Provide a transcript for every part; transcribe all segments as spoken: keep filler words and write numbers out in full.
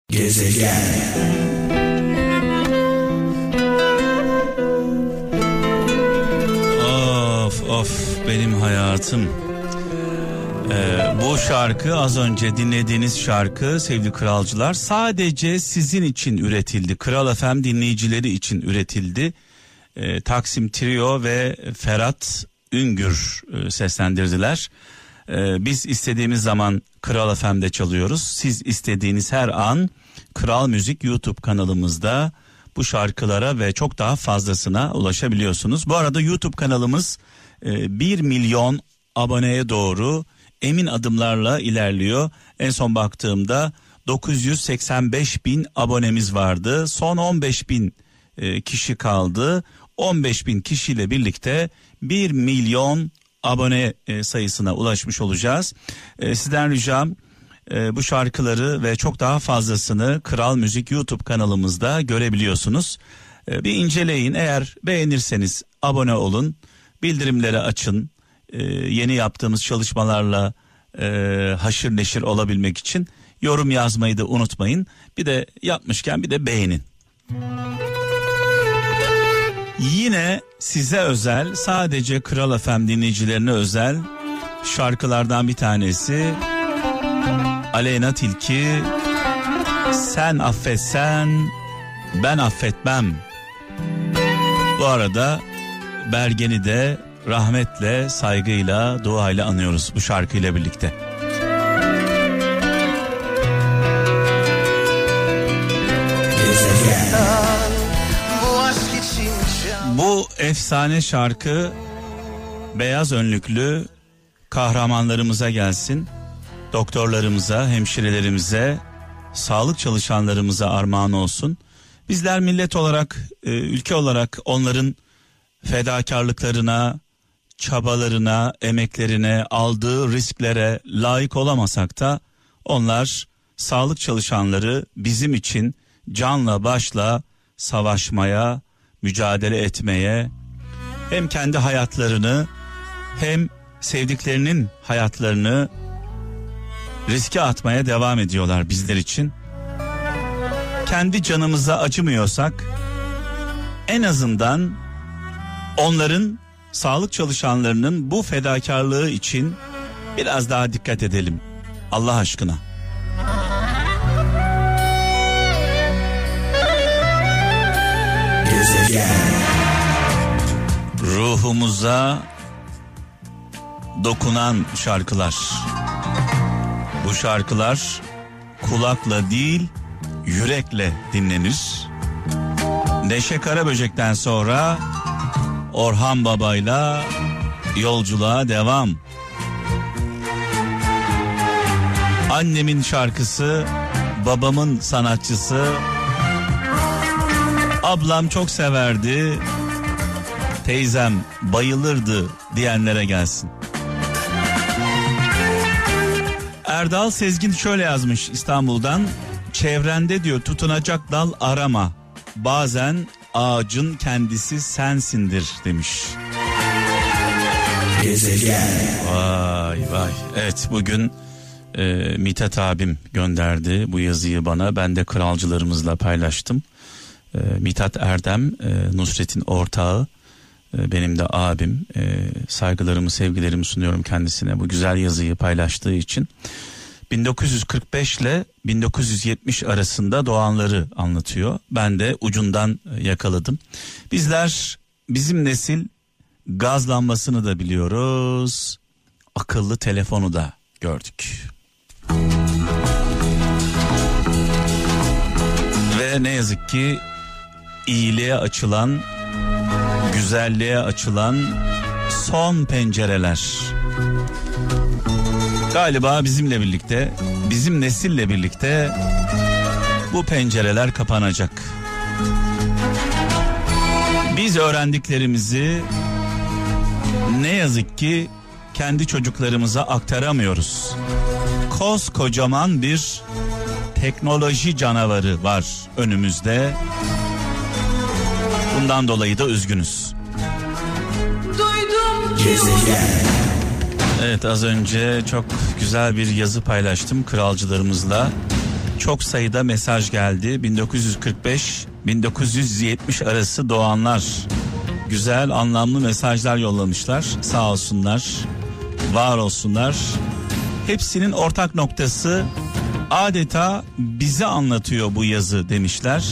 Gezegen. Of of benim hayatım. Ee, bu şarkı, az önce dinlediğiniz şarkı sevgili kralcılar, sadece sizin için üretildi. Kral F M dinleyicileri için üretildi. Ee, Taksim Trio ve Ferhat Üngür e, seslendirdiler. Ee, biz istediğimiz zaman Kral F M'de çalıyoruz. Siz istediğiniz her an Kral Müzik YouTube kanalımızda bu şarkılara ve çok daha fazlasına ulaşabiliyorsunuz. Bu arada YouTube kanalımız e, bir milyon aboneye doğru emin adımlarla ilerliyor. En son baktığımda dokuz yüz seksen beş bin abonemiz vardı. Son on beş bin e, kişi kaldı. on beş bin kişiyle birlikte bir milyon abone e, sayısına ulaşmış olacağız. E, sizden ricam e, bu şarkıları ve çok daha fazlasını Kral Müzik YouTube kanalımızda görebiliyorsunuz. E, bir inceleyin, eğer beğenirseniz abone olun, bildirimleri açın. E, yeni yaptığımız çalışmalarla e, haşır neşir olabilmek için yorum yazmayı da unutmayın. Bir de yapmışken bir de beğenin. Yine size özel, sadece Kral F M dinleyicilerine özel şarkılardan bir tanesi Aleyna Tilki, Sen affetsen ben affetmem. Bu arada Bergen'i de rahmetle, saygıyla, duayla anıyoruz bu şarkıyla birlikte. Bu efsane şarkı beyaz önlüklü kahramanlarımıza gelsin. Doktorlarımıza, hemşirelerimize, sağlık çalışanlarımıza armağan olsun. Bizler millet olarak, ülke olarak onların fedakarlıklarına, çabalarına, emeklerine, aldığı risklere layık olamasak da onlar, sağlık çalışanları, bizim için canla başla savaşmaya, mücadele etmeye, hem kendi hayatlarını hem sevdiklerinin hayatlarını riske atmaya devam ediyorlar bizler için. Kendi canımıza acımıyorsak en azından onların, sağlık çalışanlarının bu fedakarlığı için biraz daha dikkat edelim Allah aşkına. Ruhumuza dokunan şarkılar. Bu şarkılar kulakla değil, yürekle dinlenir. Neşe Karaböcek'ten sonra Orhan Baba'yla yolculuğa devam. Annemin şarkısı, babamın sanatçısı, ablam çok severdi, teyzem bayılırdı diyenlere gelsin. Erdal Sezgin şöyle yazmış İstanbul'dan: çevrende diyor tutunacak dal arama, bazen ağacın kendisi sensindir demiş. Gezegen. Vay vay. Evet, bugün e, Mithat abim gönderdi bu yazıyı bana. Ben de kralcılarımızla paylaştım. E, Mithat Erdem, e, Nusret'in ortağı, e, benim de abim. E, saygılarımı, sevgilerimi sunuyorum kendisine bu güzel yazıyı paylaştığı için. bin dokuz yüz kırk beş ile bin dokuz yüz yetmiş arasında doğanları anlatıyor. Ben de ucundan yakaladım. Bizler, bizim nesil gaz lambasını da biliyoruz, akıllı telefonu da gördük. Ve ne yazık ki iyiliğe açılan, güzelliğe açılan son pencereler. Galiba bizimle birlikte, bizim nesille birlikte bu pencereler kapanacak. Biz öğrendiklerimizi ne yazık ki kendi çocuklarımıza aktaramıyoruz. Koskocaman bir teknoloji canavarı var önümüzde. Bundan dolayı da üzgünüz. Gezegen. Evet, az önce çok güzel bir yazı paylaştım kralcılarımızla. çok sayıda mesaj geldi. bin dokuz yüz kırk beş bin dokuz yüz yetmiş arası doğanlar güzel, anlamlı mesajlar yollamışlar. Sağ olsunlar, var olsunlar. Hepsinin ortak noktası adeta bize anlatıyor bu yazı demişler.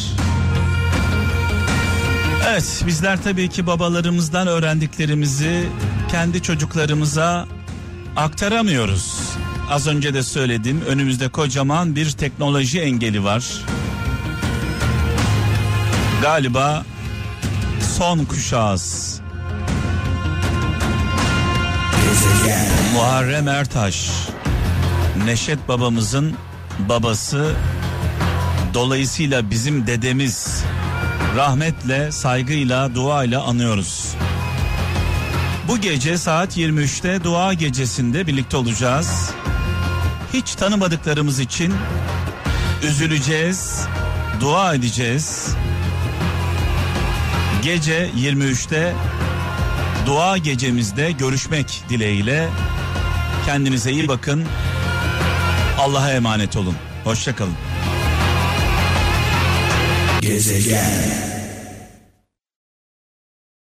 Evet, bizler tabii ki babalarımızdan öğrendiklerimizi kendi çocuklarımıza aktaramıyoruz. Az önce de söyledim, önümüzde kocaman bir teknoloji engeli var. Galiba son kuşağız. Muharrem Ertaş, Neşet babamızın babası, dolayısıyla bizim dedemiz. Rahmetle, saygıyla, duayla anıyoruz. Bu gece saat yirmi üçte dua gecesinde birlikte olacağız. Hiç tanımadıklarımız için üzüleceğiz, dua edeceğiz. Gece yirmi üçte dua gecemizde görüşmek dileğiyle. Kendinize iyi bakın. Allah'a emanet olun. Hoşça kalın. Gezegen.